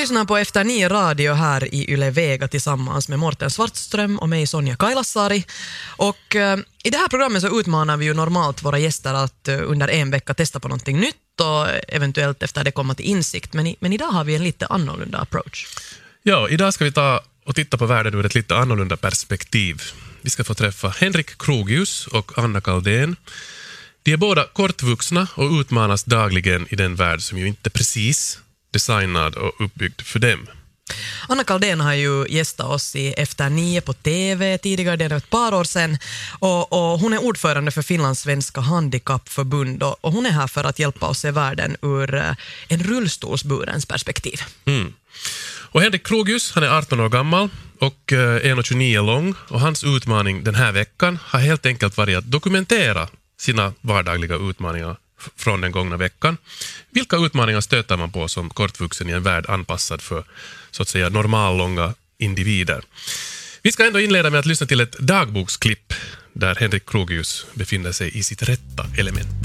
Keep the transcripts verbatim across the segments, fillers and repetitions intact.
lyssnar på Efter nio radio här i Yle Vega tillsammans med Morten Svartström och mig Sonja Kailasari. Och eh, i det här programmet så utmanar vi ju normalt våra gäster att eh, under en vecka testa på någonting nytt och eventuellt efter det komma till insikt. Men, i, men idag har vi en lite annorlunda approach. Ja, idag ska vi ta och titta på världen ur ett lite annorlunda perspektiv. Vi ska få träffa Henrik Krogius och Anna Kaldén. De är båda kortvuxna och utmanas dagligen i den värld som ju inte precis designad och uppbyggd för dem. Anna Kaldén har ju gästat oss i Efter nio på T V tidigare, det är ett par år sedan. Och, och hon är ordförande för Finlands svenska handikappförbund och, och hon är här för att hjälpa oss se världen ur en rullstolsburens perspektiv. Mm. Och Henrik Krogius, han är arton år gammal och en komma tjugonio lång och hans utmaning den här veckan har helt enkelt varit att dokumentera sina vardagliga utmaningar från den gångna veckan. Vilka utmaningar stöter man på som kortvuxen i en värld anpassad för så att säga normallånga individer? Vi ska ändå inleda med att lyssna till ett dagboksklipp där Henrik Krogius befinner sig i sitt rätta element.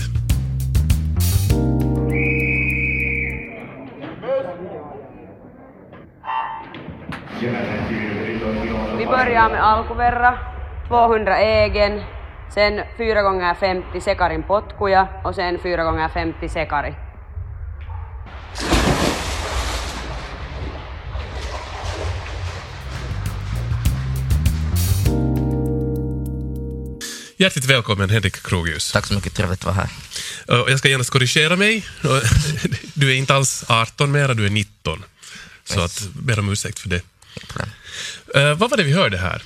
Vi börjar med alkuverra, tvåhundra egen, sen fyra gånger femtio sekarin potkuja och sen fyra gånger femtio sekari. Hjärtligt välkommen Henrik Krogius. Tack så mycket, trevligt att vara här. Jag ska genast korrigera mig. Du är inte alls arton mera, du är nitton. Så Yes. att ber om ursäkt för det. Uh, vad var det vi hörde här?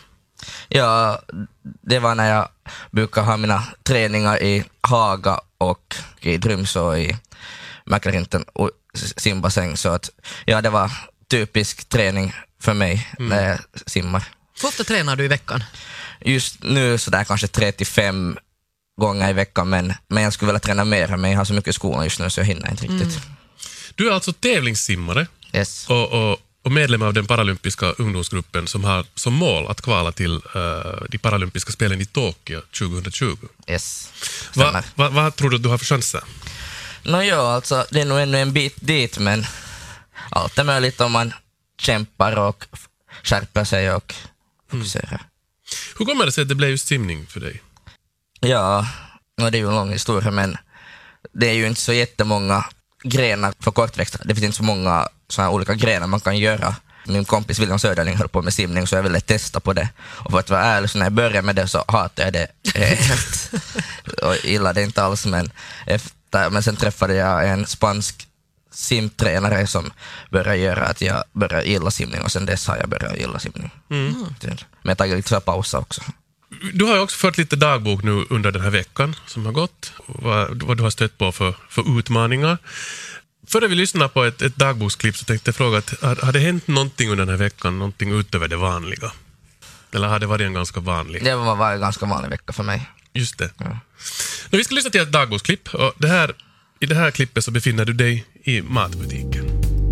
Ja, det var när jag brukar ha mina träningar i Haga och i Drymsö i Mäklarhinten och simbassäng. Så att, ja, det var typisk träning för mig mm. när jag simmar. Hur ofta tränar du i veckan? Just nu så där kanske tre till fem gånger i veckan, men, men jag skulle vilja träna mer, men jag har så mycket i skolan just nu så jag hinner inte riktigt. Mm. Du är alltså tävlingssimmare yes. och, och, och medlem av den paralympiska ungdomsgruppen som har som mål att kvala till uh, de paralympiska spelen i Tokyo tjugohundratjugo. Yes. Vad va, va tror du att du har för chanser? Nå ja, alltså det är nog ännu en bit dit, men allt är möjligt om man kämpar och skärper sig och fokuserar. Mm. Hur kommer det sig att det blev just simning för dig? Ja, det är ju en lång historia, men det är ju inte så jättemånga grenar för kortväxta. Det finns inte så många sådana olika grenar man kan göra. Min kompis William Söderling höll på med simning så jag ville testa på det. Och för att vara ärlig, så när jag började med det så hatade jag det helt. Och gillade det inte alls, men, efter, men sen träffade jag en spansk simtränare som började göra att jag började gilla simning och sen dess har jag börjat gilla simning. Mm. Men jag tagit lite för pausa också. Du har ju också fört lite dagbok nu under den här veckan som har gått. Vad, vad du har stött på för, för utmaningar. Före vi lyssnar på ett, ett dagboksklipp så tänkte jag fråga att har, har det hänt någonting under den här veckan, någonting utöver det vanliga? Eller har det varit en ganska vanlig? Det var, var en ganska vanlig vecka för mig. Just det. Ja. Nu, vi ska lyssna till ett dagboksklipp och det här, i det här klippet så befinner du dig i matbutiken.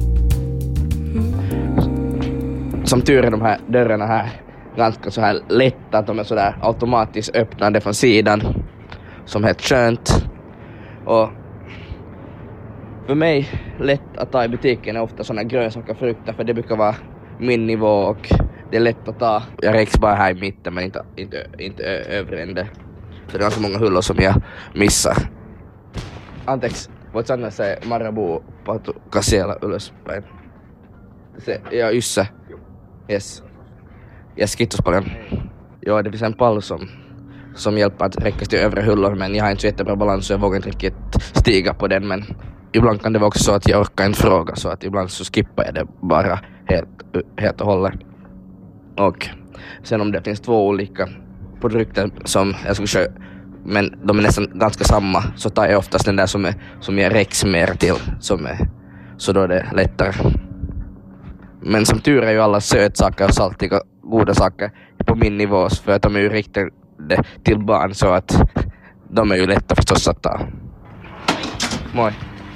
Som tur är de här dörrarna här ganska så här lätt att de är så där automatiskt öppnade från sidan som helt skönt. Och för mig lätt att ta i butiken är ofta sådana grönsaker och frukter, för det brukar vara min nivå och det är lätt att ta. Jag räcks bara här i mitten men inte, inte, inte övre ände. Så det är ganska många hullor som jag missar. Anteeksi, voit sanoa se Marabou patu siellä ylöspäin? Se, ja yssä. Yes. Yes, kiitos paljon. Jo, det finns en pall som, som hjälper att räcka till övre hullor, men jag har inte så jättebra balans så jag vågar inte riktigt stiga på den, men ibland kan det vara också så att jag orkar inte fråga, så att ibland så skippar jag det bara helt, helt och hållet. Och sen om det finns två olika produkter som jag skulle köra, men de är nästan ganska samma, så tar jag oftast den där som, är, som jag räcks mer till, som är, så då är det lättare. Men som tur är ju alla sötsaker och saltiga goda saker på min nivå, för att de är ju riktade till barn, så att de är ju lätta förstås att ta. Moi.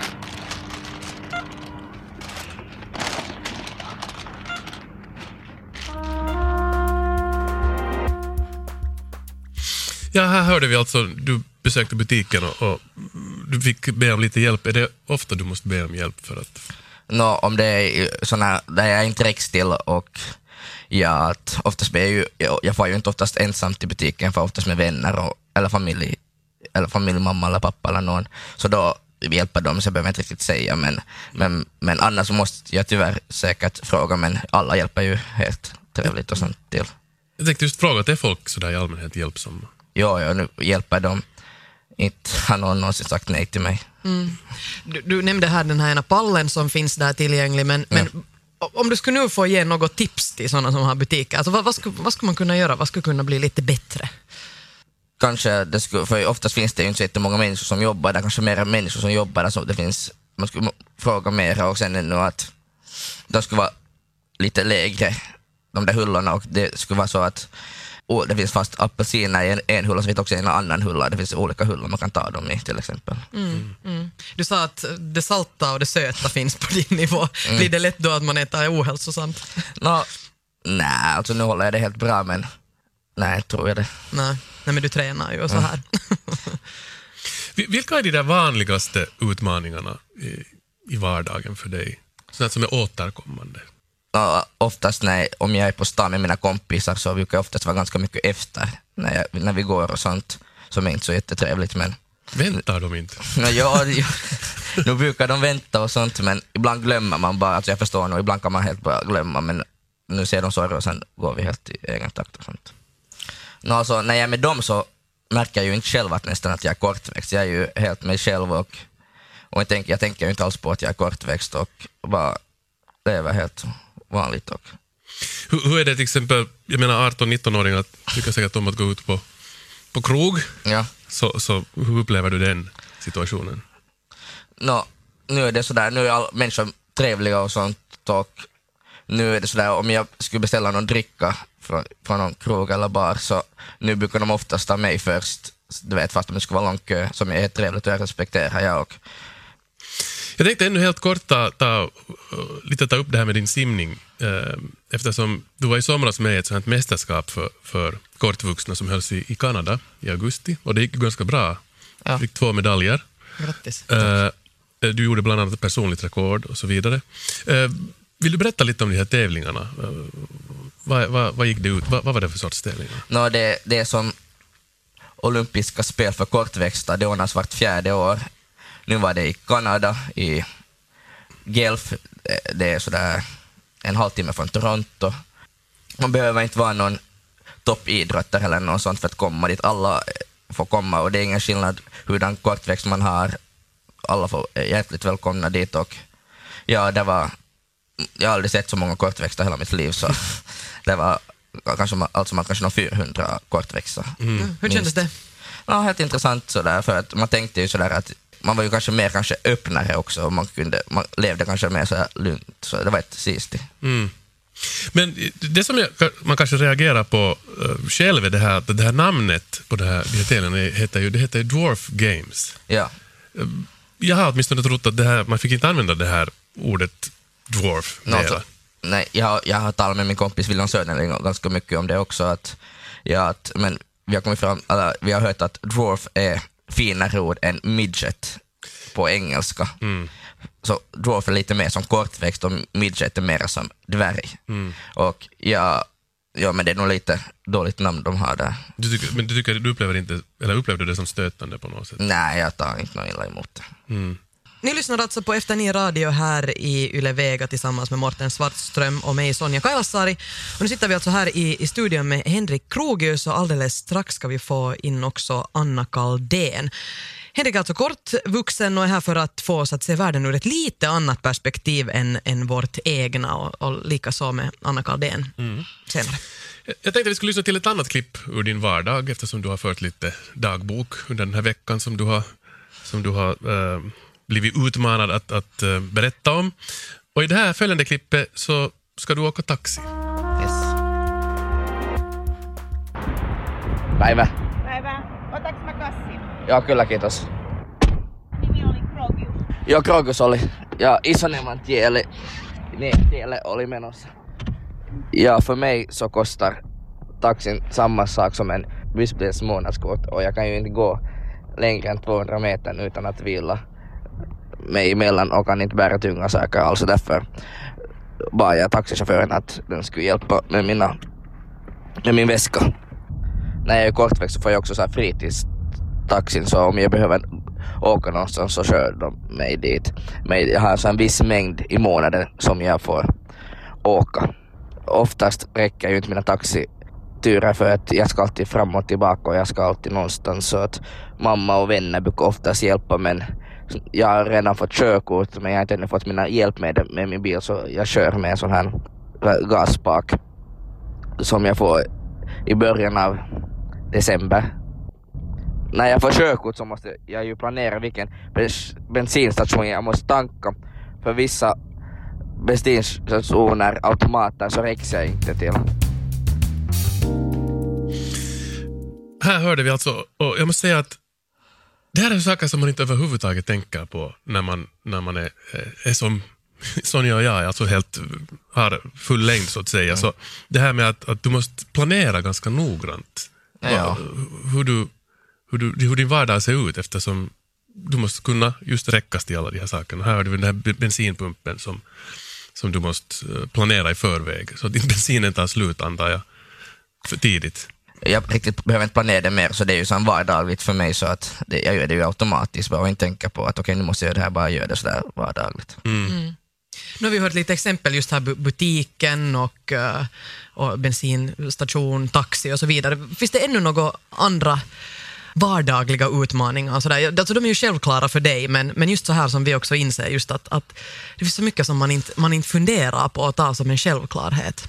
Ja, här hörde vi alltså, du besökte butiken och, och du fick be om lite hjälp. Är det ofta du måste be om hjälp för att... No, om det är såna där jag inte räcks till och ja, att oftast blir jag ju, jag, jag får ju inte oftast ensam till butiken, för oftast med vänner och, eller familj, eller familj, mamma eller pappa eller någon. Så då hjälper de, så jag behöver inte riktigt säga, men, men, men annars måste jag tyvärr säkert fråga, men alla hjälper ju helt trevligt och sånt till. Jag tänkte just fråga, att är folk sådär i allmänhet hjälpsamma? Ja, ja, nu hjälper de. Inte har någon någonsin sagt nej till mig. Mm. Du, du nämnde här den här ena pallen som finns där tillgänglig, men, Ja. men om du skulle nu få ge något tips till sådana som har butiker, alltså vad, vad, skulle, vad skulle man kunna göra? Vad skulle kunna bli lite bättre? Kanske det skulle, för oftast finns det ju inte så jättemånga människor som jobbar där, kanske mer människor som jobbar där, så det finns, man skulle fråga mer, och sen ännu att de skulle vara lite lägre, de där hullorna, och det skulle vara så att oh, det finns fast apelsiner i en, en hulla, så finns det också en annan hulla, det finns olika hullor man kan ta dem i till exempel. Mm, mm. Du sa att det salta och det söta finns på din nivå. Mm. Blir det lätt då att man äter ohälsosamt? Nå, nej, alltså nu håller jag det helt bra, men nej, tror jag det. Nej, nej men du tränar ju och så Mm. här. Vilka är de där vanligaste utmaningarna i, i vardagen för dig? Sådant som är återkommande. Ja, oftast när, om jag är på stan med mina kompisar, så brukar jag oftast vara ganska mycket efter när, jag, när vi går och sånt, som är inte så jättetrevligt, men Väntar de inte? ja, ja, ja, nu brukar de vänta och sånt, men ibland glömmer man bara, alltså jag förstår nog, ibland kan man helt bara glömma, men nu ser de sorg och sen går vi helt i egen takt och sånt. Nå, alltså, när jag är med dem så märker jag ju inte själv att nästan att jag är kortväxt, jag är ju helt mig själv, och, och jag, tänker, jag tänker ju inte alls på att jag är kortväxt, och bara lever helt vanligt. Och Hur, hur är det till exempel, jag menar arton-nitton-åringar tycker säkert om att gå ut på, på krog, ja. så, så hur upplever du den situationen? Nå, nu är det sådär, nu är all människor trevliga och sånt, och nu är det sådär, om jag skulle beställa någon dricka från, från någon krog eller bar, så nu brukar de oftast ta mig först, du vet, fast om det skulle vara lång kö, som är helt trevligt, och jag respekterar jag. Och Jag tänkte ännu helt kort ta, ta, lite ta upp det här med din simning, eh, eftersom du var i somras med i ett sådant mästerskap för, för kortvuxna som hölls i, i Kanada i augusti, och det gick ganska bra. Ja. Du fick två medaljer. Grattis. Eh, du gjorde bland annat ett personligt rekord och så vidare. Eh, vill du berätta lite om de här tävlingarna? Eh, vad, vad, vad gick det ut? Vad, vad var det för sorts tävlingar? nå, det, det är som olympiska spel för kortväxta, det ordnas vart fjärde år. Nu var det i Kanada, i Guelph, det är sådär en halvtimme från Toronto. Man behöver inte vara någon toppidrottare eller något sånt för att komma dit. Alla får komma, och det är ingen skillnad hurdan kortväxt man har. Alla får hjärtligt välkomna dit, och ja, det var, jag har aldrig sett så många kortväxta hela mitt liv, så det var kanske, alltså man kanske någon fyrahundra kortväxta. Mm. Hur kändes det? Ja, helt intressant sådär, för att man tänkte ju sådär att man var ju kanske mer kanske öppnare också, och man, kunde, man levde kanske mer så här lugnt, så det var ett sist. Mm. Men det som jag, man kanske reagerar på uh, själv är det här, det här namnet på det här, de här tävlingarna heter ju, det heter ju Dwarf Games. Ja. Uh, jag har åtminstone trott att det här, man fick inte använda det här ordet dwarf. No, alltså, nej, jag, har- jag har talat med min kompis William Söderling ganska mycket om det också, att, ja, att, men vi har kommit fram, eller, vi har hört att dwarf är finare ord än midget på engelska. Mm. Så dwarf är lite mer som kortväxt, och midget är mer som dvärg. Mm. Och ja, ja, men det är nog lite dåligt namn de har där. Du tycker, men du, tycker, du upplever inte, eller upplevde det som stötande på något sätt? Nej, jag tar inte något illa emot det. Mm. Ni lyssnar alltså på Efter nio radio här i Yle Vega tillsammans med Morten Svartström och mig Sonja Kailasari. Och nu sitter vi alltså här i, i studion med Henrik Krogius, och alldeles strax ska vi få in också Anna Kaldén. Henrik är alltså kortvuxen och är här för att få oss att se världen ur ett lite annat perspektiv än, än vårt egna, och, och lika så med Anna Kaldén Mm. senare. Jag tänkte att vi skulle lyssna till ett annat klipp ur din vardag, eftersom du har fört lite dagbok under den här veckan som du har, som du har eh, blivit utmanad att, att eh, berätta om. Och i det här följande klippet så ska du åka taxi. Yes. Päivä. Päivää. Otaks mä kassin? Joo, kyllä kiitos. Nimi oli Krogius. Joo, Krokus oli. Ja Isoniemen tielle, niin, tielle oli menossa. Ja för mig så kostar taxin samma sak som en bussbils månadskort, och jag kan ju inte gå längre än tvåhundra meter utan att vila mig emellan och kan inte bära tunga saker. Alltså därför bad jag taxichauffören att den skulle hjälpa med, mina, med min väska. När jag är kortväxt så får jag också så här fritidstaxin, så om jag behöver åka någonstans så kör de mig dit. Men jag har så en viss mängd i månaden som jag får åka. Oftast räcker ju inte mina taxiturer för att jag ska alltid fram och tillbaka och jag ska alltid någonstans, så att mamma och vänner brukar oftast hjälpa, men jag har redan fått körkort men jag har inte ännu fått mina hjälpmedel med min bil, så jag kör med en sån här gasspak som jag får i början av december. När jag får körkort så måste jag ju planera vilken bensinstation jag måste tanka. För vissa bensinstationer, automater, så räcker jag inte till. Här hörde vi alltså, och jag måste säga att det här är saker som man inte överhuvudtaget tänker på när man, när man är, är som Sonja och jag, alltså helt har full längd så att säga. Mm. Så det här med att, att du måste planera ganska noggrant. Ja. Hur, du, hur, du, hur din vardag ser ut, eftersom du måste kunna just räckas till alla de här sakerna. Här har du den här bensinpumpen som, som du måste planera i förväg. Så att din bensinen tar slut, antar jag, för tidigt. Jag riktigt behöver inte planera det mer, så det är ju så vardagligt för mig, så att det, jag gör det ju automatiskt bara och inte tänka på att okej, okay, nu måste jag göra det här, bara göra det sådär vardagligt. Mm. Mm. Nu har vi hört lite exempel just här, butiken och, och bensinstation, taxi och så vidare. Finns det ännu några andra vardagliga utmaningar? Så där? Alltså, de är ju självklara för dig, men, men just så här som vi också inser, just att, att det finns så mycket som man inte, man inte funderar på att ta som en självklarhet.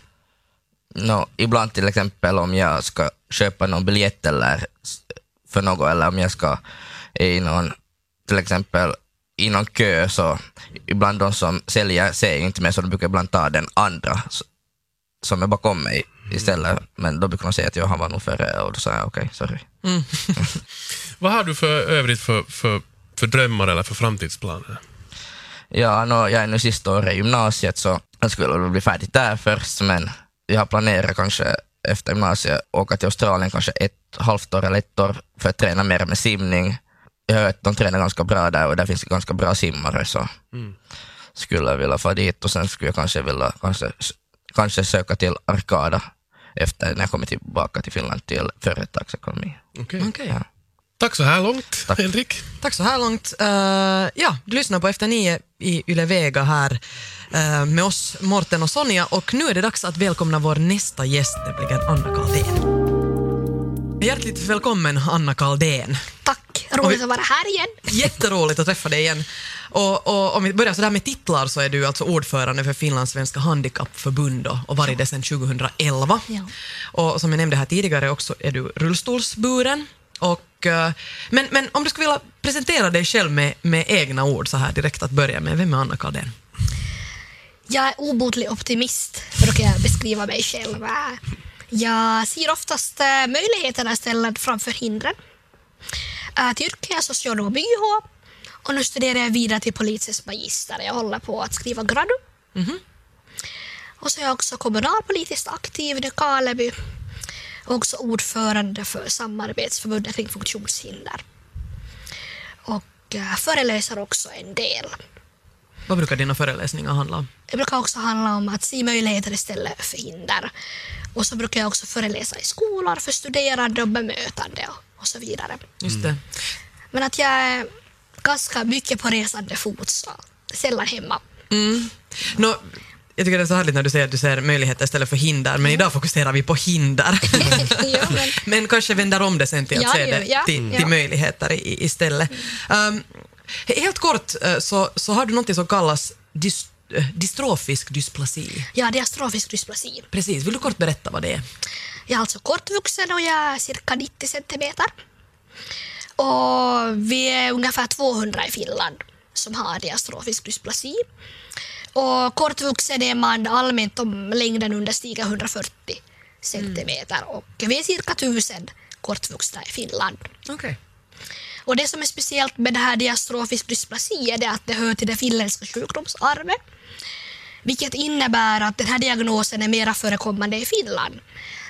No, ibland till exempel om jag ska köpa någon biljett eller för något, eller om jag ska i någon, till exempel i någon kö, så ibland de som säljer ser inte med, så de brukar ibland ta den andra som är bakom mig istället, men då brukar de säga att jag var nog före, och då säger jag okej, okay, sorry. Mm. Vad har du för övrigt för, för, för drömmar eller för framtidsplaner? Ja, no, jag är nu sista året i gymnasiet, så jag skulle väl bli färdig där först, men jag har planerat kanske efter gymnasiet åka till Australien kanske ett halvt år eller ett år för att träna mer med simning. Jag har hört att de tränar ganska bra där och där finns ganska bra simmare, så mm. skulle jag vilja få dit, och sen skulle jag kanske vilja kanske, kanske söka till Arkada efter när jag kommer tillbaka till Finland till företagsekonomi. Okej. Okay. Okay. Ja. Tack så här långt, Tack. Henrik. Tack så här långt. Uh, ja, du lyssnar på Efter nio i Yle Vega här uh, med oss, Morten och Sonja, och nu är det dags att välkomna vår nästa gäst, nämligen Anna Kaldén. Hjärtligt välkommen, Anna Kaldén. Tack, roligt vi, att vara här igen. Jätteroligt att träffa dig igen. Och, och om vi börjar så där med titlar, så är du alltså ordförande för Finlandssvenska handikappförbund och, och varit det sedan tjugohundraelva. Ja. Och som jag nämnde här tidigare också är du rullstolsburen. Och, men, men om du skulle vilja presentera dig själv med, med egna ord så här direkt att börja med, vem är Anna Kaldén? Jag är obotlig optimist, för då kan jag beskriva mig själv. Jag ser oftast möjligheterna istället framför hindren. Till yrke är jag socionom och B H, och nu studerar jag vidare till politisk magister. Jag håller på att skriva gradu. Mm-hmm. Och så är jag också kommunalpolitiskt aktiv i Nykarleby. Och också ordförande för samarbetsförbundet kring funktionshinder. Och äh, föreläser också en del. Vad brukar dina föreläsningar handla om? Det brukar också handla om att se möjligheter istället för hinder. Och så brukar jag också föreläsa i skolor för studerande och bemötande och, och så vidare. Just det. Men att jag är ganska mycket på resande fot, så sällan hemma. Mm. Nå, jag tycker det är så härligt när du säger att du ser möjligheter istället för hinder, men mm. idag fokuserar vi på hinder. ja, men... men kanske vänder om det sen till att ja, se det ja, till, till ja. möjligheter i, istället. Mm. Um, helt kort så, så har du något som kallas dys, dystrofisk dysplasi. Ja, dystrofisk dysplasi. Precis, vill du kort berätta vad det är? Jag är alltså kortvuxen och jag är cirka nittio centimeter. Och vi är ungefär tvåhundra i Finland som har dystrofisk dysplasi. Och kortvuxen är man allmänt om längden understiger hundrafyrtio centimeter. Mm. Och vi är cirka tusen kortvuxna i Finland. Okej. Okay. Och det som är speciellt med det här dystrofisk dysplasi är det att det hör till det finländska sjukdomsarvet. Vilket innebär att den här diagnosen är mera förekommande i Finland.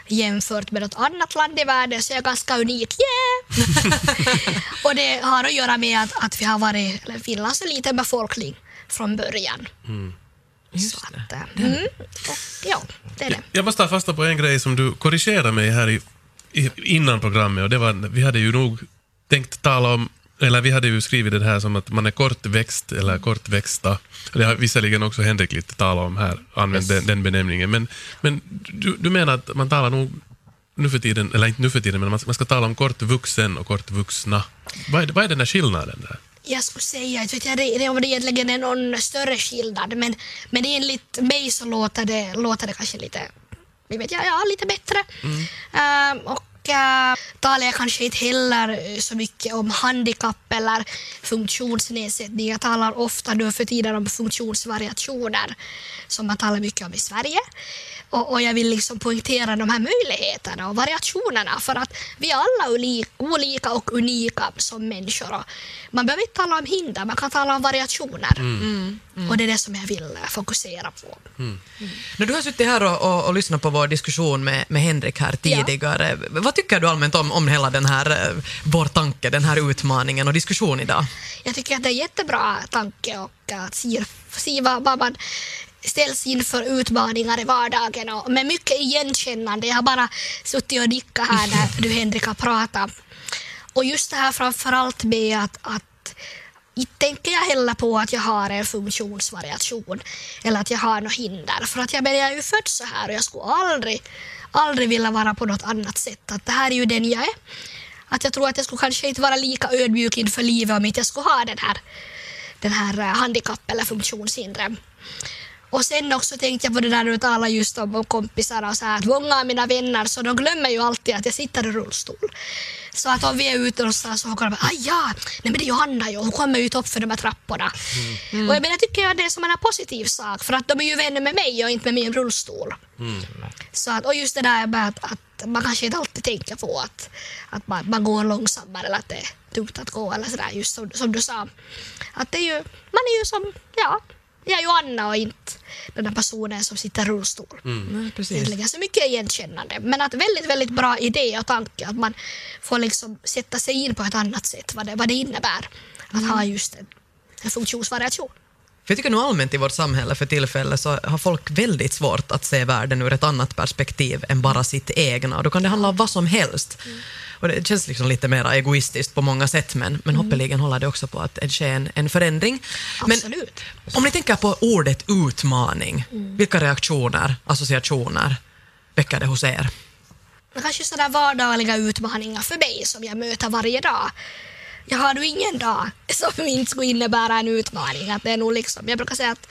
jämfört med något annat land i världen, så jag är ganska unik. Yeah! Och det har att göra med att, att vi har varit, eller Finland, så liten befolkning från början. Mm. Just Så det. att, mm, och, ja, det är det. Jag måste ta fasta på en grej som du korrigerade mig här i, i, innan programmet, och det var, vi hade ju nog tänkt tala om, eller vi hade ju skrivit det här som att man är kortväxt eller kortväxta. Det har visserligen också Henrik lite talat om här, använt yes. den, den benämningen. Men, men du, du menar att man talar nog nu för tiden, eller inte nu för tiden, men man, man ska tala om kortvuxen och kortvuxna. Vad är, vad är den där skillnaden där? Jag skulle säga, jag vet inte om det egentligen är någon större skillnad, men, men enligt mig så låter det, låter det kanske lite, jag vet jag, ja, lite bättre. Mm. Uh, och uh, talar jag kanske inte heller så mycket om handikapp eller funktionsnedsättning. Jag talar ofta nu för tiden om funktionsvariationer som man talar mycket om i Sverige. Och, och jag vill liksom poängtera de här möjligheterna och variationerna, för att vi är alla olika, olika och unika som människor. Och man behöver inte tala om hinder, man kan tala om variationer. Mm. Mm. Mm. Och det är det som jag vill fokusera på. Mm. Mm. När du har suttit här och, och, och lyssnat på vår diskussion med, med Henrik här tidigare, ja. Vad tycker du allmänt om, om hela den här, vår tanke, den här utmaningen och diskussion idag? Jag tycker att det är jättebra tanke, och att se, se vad, vad man ställs inför utmaningar i vardagen, och med mycket igenkännande. Jag har bara suttit och nickat här när du, Henrik, har pratat. Och just det här framförallt med att, att inte tänker jag heller på att jag har en funktionsvariation eller att jag har något hinder. För att jag, men jag är ju född så här, och jag skulle aldrig, aldrig vilja vara på något annat sätt. Att det här är ju den jag är. Att jag tror att jag skulle kanske inte vara lika ödmjuk inför livet om inte jag skulle ha den här, den här handikapp eller funktionshindren. Och sen också tänkte jag på det där du talar just om, om kompisar och så här, att många av mina vänner, så de glömmer ju alltid att jag sitter i rullstol. Så att om vi är ute någonstans så kommer de bara, ah ja, nej men det är Johanna ju, hon kommer ut upp för de här trapporna. Mm. Mm. Och jag menar, tycker jag det är som en positiv sak, för att de är ju vänner med mig och inte med min rullstol. Mm. Så att, och just det där med att, att man kanske inte alltid tänker på att, att man, man går långsammare eller att det är dumt att gå eller sådär, just som, som du sa. Att det är ju, man är ju som, ja, jag är ju Anna och inte den där personen som sitter i rullstol. Mm, precis. Det är så mycket igenkännande. Men att väldigt, väldigt bra idé och tanke att man får liksom sätta sig in på ett annat sätt vad det, vad det innebär att mm. ha just en, en funktionsvariation. För jag tycker nog allmänt i vårt samhälle för tillfället så har folk väldigt svårt att se världen ur ett annat perspektiv än bara sitt egna. Och då kan det handla om vad som helst. Mm. Och det känns liksom lite mer egoistiskt på många sätt, men, men mm. hoppeligen håller det också på att det sker en, en förändring. Absolut. Men om ni tänker på ordet utmaning, mm. vilka reaktioner, associationer väcker det hos er? Det kanske är sådana vardagliga utmaningar för mig som jag möter varje dag. Jag har nog ingen dag som inte skulle innebära en utmaning. Att det är nog liksom, jag brukar säga att,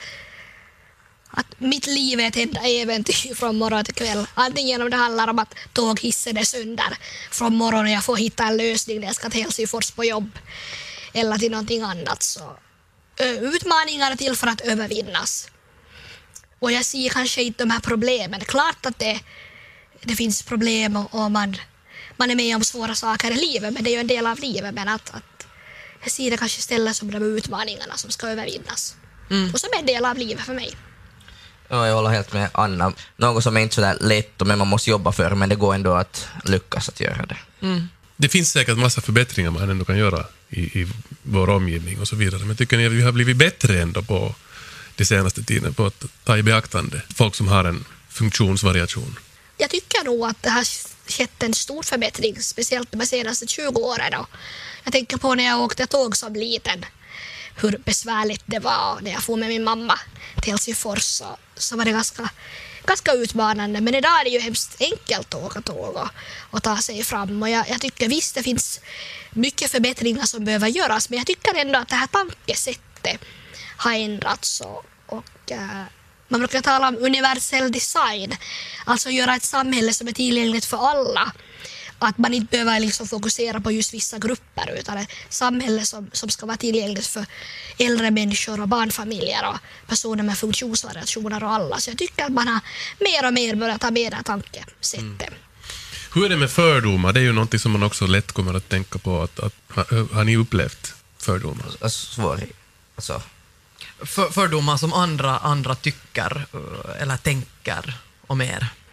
att mitt liv är ett enda äventyr från morgon till kväll. Antingen om det handlar om att tåghissen är sönder från morgon och jag får hitta en lösning när jag ska till Helsingfors på jobb. Eller till någonting annat. Så, utmaningar är till för att övervinnas. Och jag ser kanske inte de här problemen. Klart att det, det finns problem och, och man... Man är med om svåra saker i livet, men det är ju en del av livet. Men att, att jag ser det kanske istället som de utmaningarna som ska övervinnas. Mm. Och som är en del av livet för mig. Ja, jag håller helt med Anna. Något som är inte så där lätt och man måste jobba för, men det går ändå att lyckas att göra det. Mm. Det finns säkert massa förbättringar man ändå kan göra i, i vår omgivning och så vidare. Men tycker ni att vi har blivit bättre ändå på de senaste tiden på att ta i beaktande folk som har en funktionsvariation? Jag tycker nog att det har skett en stor förbättring, speciellt de senaste tjugo åren. Jag tänker på när jag åkte tåg som liten, hur besvärligt det var när jag får med min mamma till Helsingfors, så, så var det ganska, ganska utmanande. Men idag är det ju hemskt enkelt att åka tåg och, och ta sig fram. Och jag, jag tycker visst det finns mycket förbättringar som behöver göras, men jag tycker ändå att det här tankesättet har ändrats. Och, och äh, man brukar tala om universell design, alltså göra ett samhälle som är tillgängligt för alla. Att man inte behöver liksom fokusera på just vissa grupper, utan ett samhälle som, som ska vara tillgängligt för äldre människor och barnfamiljer och personer med funktionsvariationer och alla. Så jag tycker att man har mer och mer börjat ta med det här tankesättet. Mm. Hur är det med fördomar? Det är ju någonting som man också lätt kommer att tänka på. Att, att, har, har ni upplevt fördomar? Svår, alltså. För, fördomar som andra, andra tycker eller tänker om er?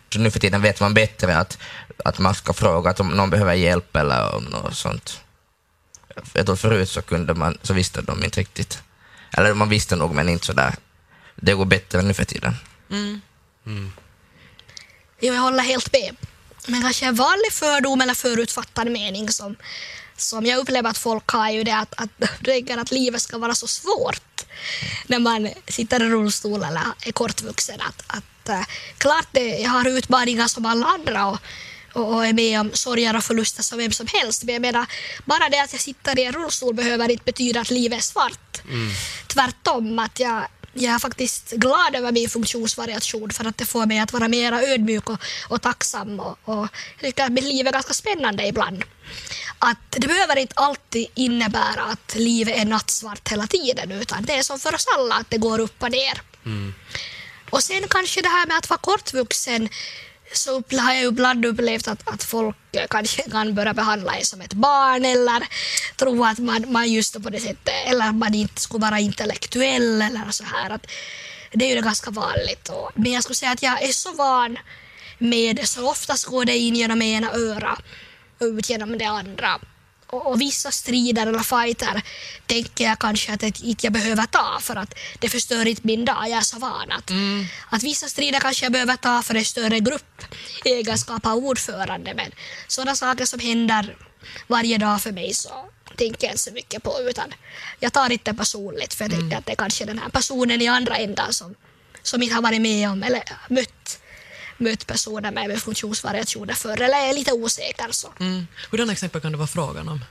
Så nu för tiden vet man bättre att, att man ska fråga att om någon behöver hjälp eller om något sånt. Jag tror förut så kunde man, så visste de inte riktigt. Eller man visste nog, men inte så där. Det går bättre nu för tiden. Mm. Mm. Jo, jag håller helt med. Men kanske en vanlig fördom eller förutfattad mening som, som jag upplever att folk har ju det att, att de tänker att livet ska vara så svårt när man sitter i rullstol eller är kortvuxen. Att, att, äh, klart det, jag har utmaningar som alla andra och, och, och är med om sorger och förluster som vem som helst. Men jag menar, bara det att jag sitter i en rullstol behöver inte betyda att livet är svart. Mm. Tvärtom, att jag Jag är faktiskt glad över min funktionsvariation för att det får mig att vara mer ödmjuk och, och tacksam och, och jag tycker att mitt liv är ganska spännande ibland. Att det behöver inte alltid innebära att livet är nattsvart hela tiden, utan det är som för oss alla att det går upp och ner. Mm. Och sen kanske det här med att vara kortvuxen, så har jag ibland upplevt att, att folk kanske kan börja behandla en som ett barn eller tro att man, man just på det sättet, eller att man inte skulle vara intellektuell eller så här. Att det är ju det ganska vanligt. Och, men jag skulle säga att jag är så van med det, så oftast går det in genom ena öra och ut genom det andra. Och, och vissa strider eller fighter tänker jag kanske att jag inte behöver ta för att det förstör inte min dag, jag är så van att, mm. att vissa strider kanske jag behöver ta för en större grupp egenskap av ordförande, men sådana saker som händer varje dag för mig så tänker jag inte så mycket på, utan jag tar inte personligt för jag tänker mm. att det är kanske den här personen i andra ändan som, som inte har varit med om eller mött mött personer med, med funktionsvariationer förr eller är lite osäker. Så. Mm. Hurdana exempel kan det vara frågan om?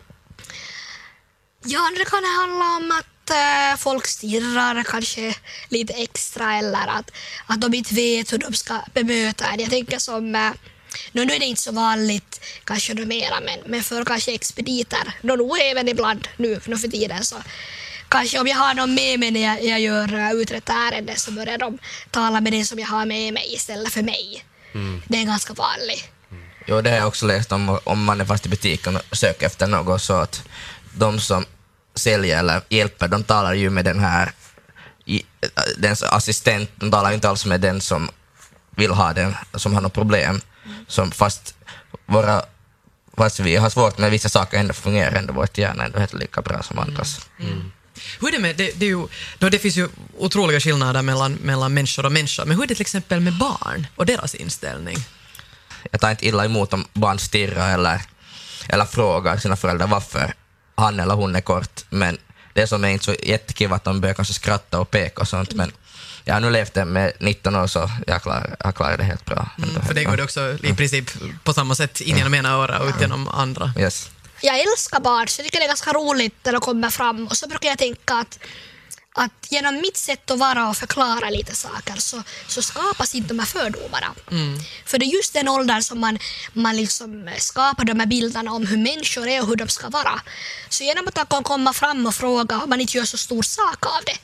Ja, det kan handla om att äh, folk stirrar kanske lite extra eller att, att de inte vet hur de ska bemöta en. Jag tänker som, äh, nu är det inte så vanligt kanske numera, men, men för kanske expediter, nog även ibland nu, nu för tiden så kanske om jag har någon med mig när jag, jag gör uträtt ärende så börjar de tala med den som jag har med mig istället för mig. Mm. Det är ganska vanligt. Mm. Jo, det har jag också läst om, om man är fast i butiken och söker efter något, så att de som säljer eller hjälper, de talar ju med den här dens assistent, de talar inte alls med den som vill ha den, som har något problem. Mm. Som fast våra fast vi har svårt med vissa saker ändå fungerar ändå vårt hjärna ändå helt lika bra som andras. Mm. Mm. Hur är det med, det, det, är ju, då det finns ju otroliga skillnader mellan, mellan människor och människor, men hur är det till exempel med barn och deras inställning? Jag tar inte illa emot om barn stirrar eller, eller frågar sina föräldrar varför han eller hon är kort, men det som är inte så jättekul att de börjar kanske skratta och peka och sånt, men jag har nu levt det med nitton år så jag klarar, jag klarar det helt bra. Mm, för det går det också i princip på samma sätt in genom ena öra och ut genom andra. Yes. Jag älskar barn, så jag tycker det är ganska roligt när de kommer fram. Och så brukar jag tänka att, att genom mitt sätt att vara och förklara lite saker så, så skapas inte de här fördomarna. Mm. För det är just den åldern som man, man liksom skapar de här bilderna om hur människor är och hur de ska vara. Så genom att de kan komma fram och fråga och man inte gör så stor sak av det,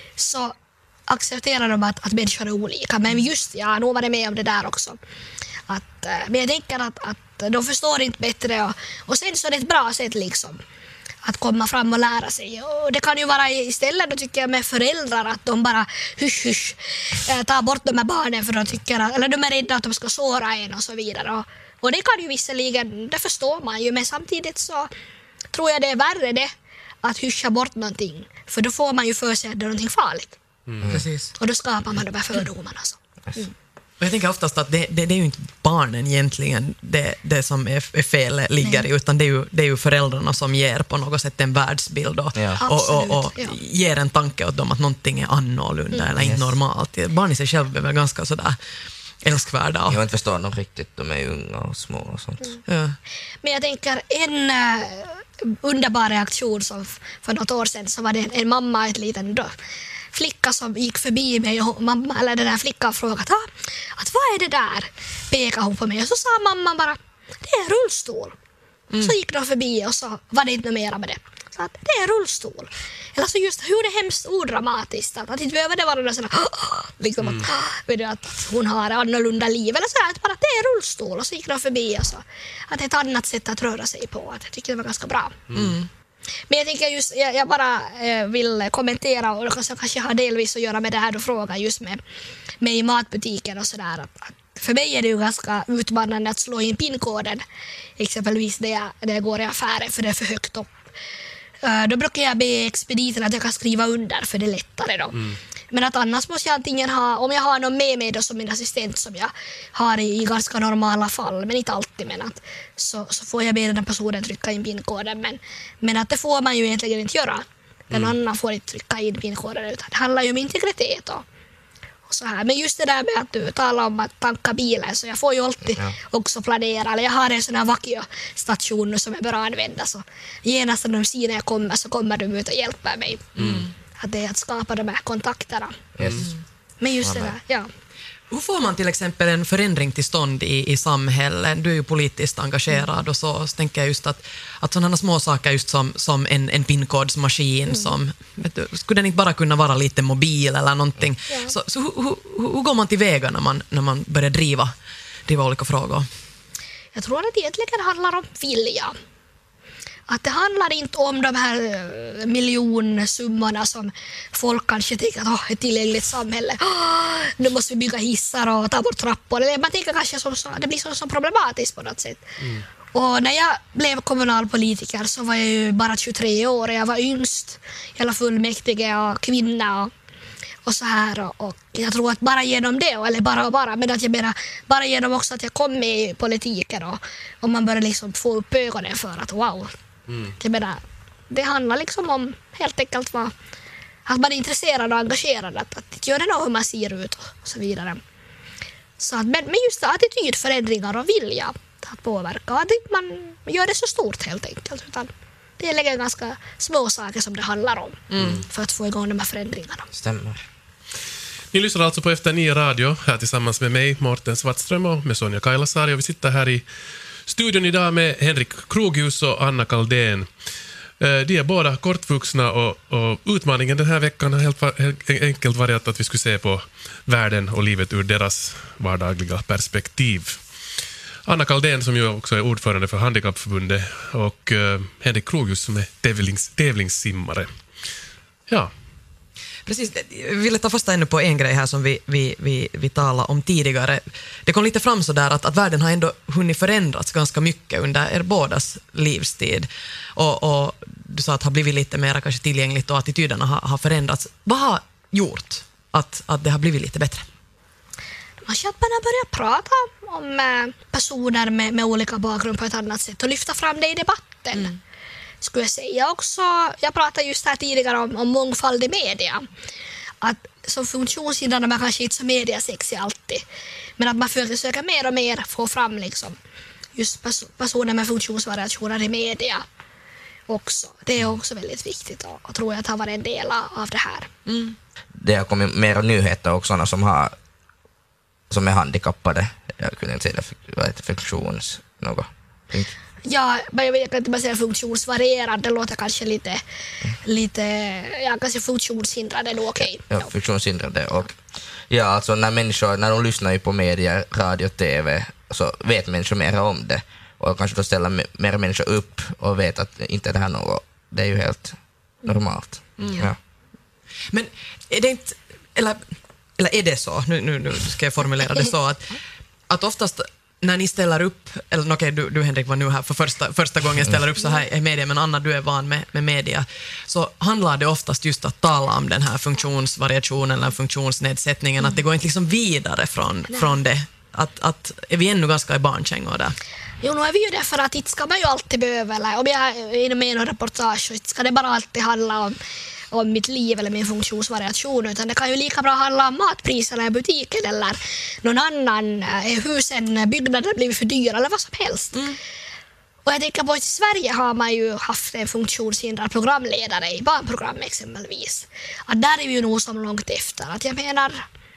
så accepterar de att, att människor är olika. Men just, ja, nog var det med om det där också. Att, men jag tänker att, att de förstår inte bättre och, och sen så är det ett bra sätt liksom att komma fram och lära sig. Och det kan ju vara istället, då tycker jag, med föräldrar att de bara hysch hysch tar bort de här barnen för de tycker att, eller de är rädda att de ska såra en och så vidare. Och, och det kan ju visserligen, det förstår man ju, men samtidigt så tror jag det är värre det att hyscha bort någonting, för då får man ju för sig att det är någonting farligt. Mm. Precis. Och då skapar man de här fördomarna. Så. Mm. Och jag tänker oftast att det, det, det är ju inte barnen egentligen det, det som är, är fel ligger i, utan det är, ju, det är ju föräldrarna som ger på något sätt en världsbild och, ja. och, och, och ja. ger en tanke åt dem att någonting är annorlunda mm. eller inte yes. normalt. Barn i sig själv är väl ganska sådär älskvärda. Jag har inte förstått dem riktigt, de är unga och små och sånt. Mm. Ja. Men jag tänker en uh, underbar reaktion som för något år sedan så var det en, en mamma, ett liten då, flicka som gick förbi mig och mamma, eller den här flickan frågade ah, att vad är det där? Pekade hon på mig och så sa mamma bara, det är rullstol. Mm. Så gick de förbi och så var det inte mer med det. Så att det är rullstol. Eller så just hur det är hemskt odramatiskt att, att inte behöver det vara någon sån här, liksom mm. att, vet du, att hon har annorlunda liv eller så här, att bara att det är rullstol och så gick de förbi och så att det är ett annat sätt att röra sig på. Att jag tycker det var ganska bra. Mm. Men jag tänker just, jag, jag bara eh, vill kommentera och kanske, kanske har delvis att göra med det här du frågar just med, med i matbutiken och sådär. för mig är det ju ganska utmanande att slå in pinkoden, exempelvis när jag, när jag går i affären för det är för högt upp. Uh, då brukar jag be expediten att jag kan skriva under för det är lättare då. Mm. Men att annars måste jag antingen ha, om jag har någon med mig då som min assistent som jag har i, i ganska normala fall, men inte alltid, men att, så, så får jag be den personen trycka in pinkoden. Men, men att det får man ju egentligen inte göra. Den mm. annan får inte trycka in pinkoden, utan det handlar ju om integritet då. Och så här. Men just det där med att du talar om att tanka bilen, så jag får ju alltid ja. också planera. Eller jag har en sån här Vakio-station som jag bör använda, så genast när de ser när jag kommer så kommer de ut och hjälper mig. Mm. Att det är att skapa de här kontakterna. Yes. Mm. Men just det där, ja. Hur får man till exempel en förändring till stånd i, i samhället? Du är ju politiskt engagerad mm. och så, så tänker jag just att, att sådana små saker just som, som en, en pinkodsmaskin, mm. som, vet du, skulle den inte bara kunna vara lite mobil eller någonting? Ja. Så, så hur, hur, hur går man till väga när man, när man börjar driva, driva olika frågor? Jag tror att det egentligen handlar om vilja. Att det handlar inte om de här miljonsummorna som folk kanske tänker att oh, ett tillgängligt samhälle, oh, nu måste vi bygga hissar och ta bort trappor. Eller man tänker kanske som så, det blir så, så problematiskt på något sätt. Mm. Och när jag blev kommunalpolitiker så var jag ju bara tjugotre år och jag var yngst, hela fullmäktige och kvinna och, och så här. Och, och jag tror att bara genom det, eller bara och bara, men att jag menar, bara genom också att jag kom med i politiken och, och man började liksom få upp ögonen för att wow, Mm. Jag menar, det handlar liksom om helt enkelt vad, att man är intresserad och engagerad, att, att göra det nog hur man ser ut och så vidare. Så att, men, men just attitydförändringar och vilja att påverka, att man gör det så stort helt enkelt, utan det är ganska små saker som det handlar om mm. för att få igång de här förändringarna. Stämmer. Ni lyssnar alltså på Efter nio radio här tillsammans med mig, Mårten Svartström, och med Sonja Kailasari, och vi sitter här i studion idag med Henrik Krogius och Anna Kaldén. De är båda kortvuxna och, och utmaningen den här veckan har helt, helt enkelt varit att vi skulle se på världen och livet ur deras vardagliga perspektiv. Anna Kaldén som ju också är ordförande för Handikappförbundet och uh, Henrik Krogius som är tävlings, tävlingssimmare. Ja. Precis, jag ville ta fasta ännu på en grej här som vi, vi, vi, vi talade om tidigare. Det kom lite fram så där att, att världen har ändå hunnit förändrats ganska mycket under er bådas livstid. Och, och du sa att det har blivit lite mer kanske tillgängligt och attityderna har, har förändrats. Vad har gjort att, att det har blivit lite bättre? Kanske att man har börjat prata om personer med, med olika bakgrund på ett annat sätt och lyfta fram det i debatten. Mm. Skulle jag säga också, jag pratade just här tidigare om, om mångfald i media. Att som funktionshindrad är man kanske inte så mediasexig alltid. Men att man försöker mer och mer få fram liksom, just pers- personer med funktionsvariationer i media också. Det är också väldigt viktigt och, och tror jag att har varit en del av det här. Mm. Det har kommit mer nyheter också, sådana som, har, som är handikappade. Jag kunde inte säga det, funktions... något. Ja, jag kan inte bara säga funktionsvarierad, det låter kanske lite, mm. lite ja, kanske funktionshindrade då, okej. Okay. Ja, funktionshindrade. Och, ja, alltså när människor, när de lyssnar på media, radio, tv, så vet människor mer om det. Och kanske då ställer mer människor upp och vet att inte det här något, det är ju helt normalt. Mm. Ja. Men är det inte, eller, eller är det så, nu, nu, nu ska jag formulera det så, att, att oftast när ni ställer upp, eller okej, okay, du, du Henrik var nu här för första, första gången ställer upp så här i media, men Anna, du är van med, med media, så handlar det oftast just att tala om den här funktionsvariationen eller funktionsnedsättningen, mm. att det går inte liksom vidare från, från det. Att, att är vi ännu ganska i barnkängor där? Jo, nu är vi ju det, för att inte ska man ju alltid behöva, eller om jag är med i någon reportage så ska det bara alltid handla om om mitt liv eller min funktionsvariation, utan det kan ju lika bra handla om matpriserna i butiken eller någon annan, husen, byggnader blivit för dyra eller vad som helst. Mm. Och jag tänker på att i Sverige har man ju haft en funktionshindrad programledare i barnprogram exempelvis. Att där är vi ju nog som långt efter. Att jag menar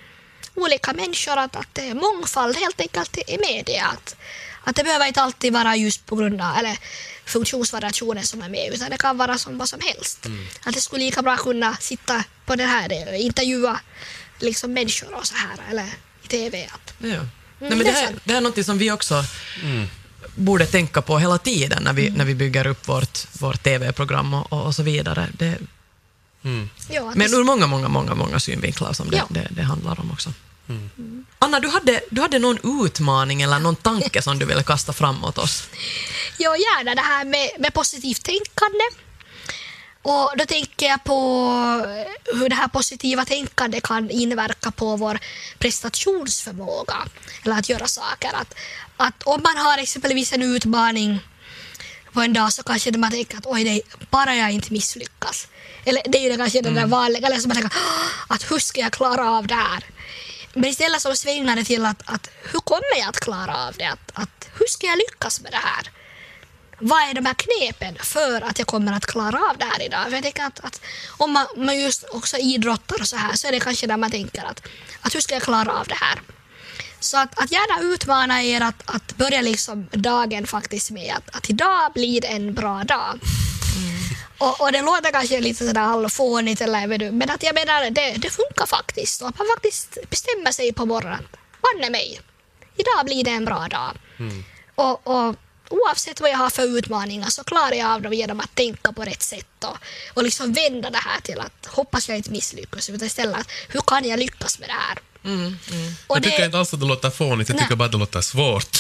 olika människor, att, att det är mångfald helt enkelt i media. Att, att det behöver inte alltid vara just på grund av eller funktionsvariationen som är med, utan det kan vara som vad som helst. Mm. Att det skulle lika bra kunna sitta på det här, intervjua liksom människor och så här, eller i tv. Att, ja. Mm, Nej, men det, här, det här är något som vi också mm. borde tänka på hela tiden när vi, mm. när vi bygger upp vårt, vårt tv-program och, och så vidare. Det, mm. ja, men ur många, många, många, många synvinklar som det, ja. det, det handlar om också. Mm. Anna, du hade, du hade någon utmaning eller någon tanke som du ville kasta fram åt oss. Ja, gärna det här med, med positivt tänkande. Och då tänker jag på hur det här positiva tänkande kan inverka på vår prestationsförmåga. Eller att göra saker. Att, att om man har exempelvis en utmaning på en dag så kanske man tänker att oj, nej, bara jag inte misslyckas. Eller det är ju kanske mm. den där vanliga. Eller så man tänker att hur ska jag klara av det här? Men istället så svänger det till att, att hur kommer jag att klara av det? Att, att, hur ska jag lyckas med det här? Vad är de här knepen för att jag kommer att klara av det här idag? För jag tänker att, att om man, man just också idrottar och så här så är det kanske där man tänker att, att hur ska jag klara av det här? Så att, att gärna utmana er att, att börja liksom dagen faktiskt med att, att idag blir en bra dag. Mm. Och, och det låter kanske lite sådär halvfånigt eller men att jag menar det, det funkar faktiskt. Och att man faktiskt bestämmer sig på morgonen. Vann mig. Idag blir det en bra dag. Mm. Och, och oavsett vad jag har för utmaningar så klarar jag av dem genom att tänka på rätt sätt och, och liksom vända det här till att hoppas jag inte misslyckas utan istället hur kan jag lyckas med det här. Mm, mm. Och jag tycker det... inte alls att det låter fånigt, jag tycker Nej. bara att det låter svårt.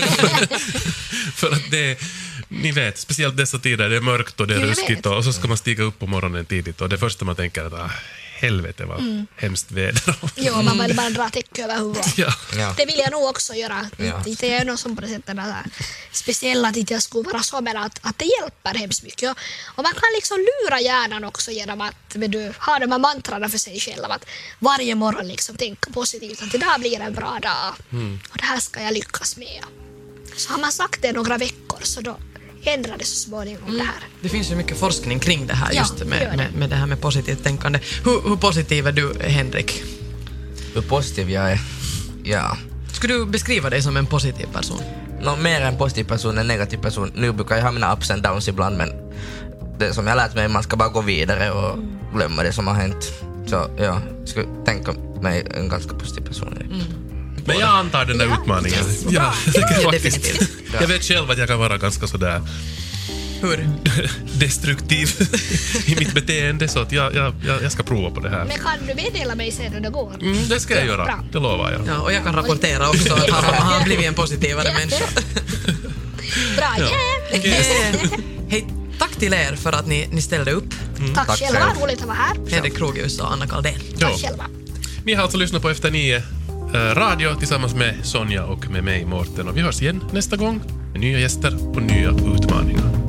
För att det, ni vet, speciellt dessa tider, det är mörkt och det är ruskigt och, och så ska man stiga upp på morgonen tidigt och det första man tänker att ah, helvete vad mm. hemskt väder. Ja, man vill bara dra täck över huvudet. Ja. Ja. Det vill jag nog också göra. Ja. Inte jag är någon som på det sättet där, speciellt att inte jag skulle vara så, men att, att det hjälper hemskt mycket. Och, och man kan liksom lura hjärnan också genom att du har de här mantrarna för sig själv. Att varje morgon liksom tänka positivt att idag blir en bra dag. Mm. Och det här ska jag lyckas med. Så har man sagt det några veckor så då ändrar det så småningom mm. det här. Det finns ju mycket forskning kring det här, ja, just med, det. med, med det här med positivt tänkande. Hur, hur positiv är du, Henrik? Hur positiv jag är? Ja. Skulle du beskriva dig som en positiv person? Nå, mer en positiv person än negativ person. Nu brukar jag ha mina ups and downs ibland, men det som jag har lärt mig är att man ska bara gå vidare och glömma det som har hänt. Så ja, jag skulle tänka mig en ganska positiv person. Mm. Men jag antar den där ja. utmaningen. Ja, jag, faktiskt. Jag vet själv att jag kan vara ganska sådär Hur? destruktiv i mitt beteende, så att jag, jag, jag ska prova på det här. Men kan du meddela mig sen hur det går? Mm, det ska jag göra, bra. Det lovar jag. Ja, och jag kan rapportera också att han har blivit en positivare människa. Bra, ja. yeah. Yeah. Hej, tack till er för att ni, ni ställde upp. Mm. Tack, tack själva, roligt att vara här. Henrik Krogius och Anna Kaldén. Tack ja. själva. Ni har alltså lyssnat på Efter nio radio tillsammans med Sonja och med mig, Mårten. Och vi hörs igen nästa gång med nya gäster och nya utmaningar.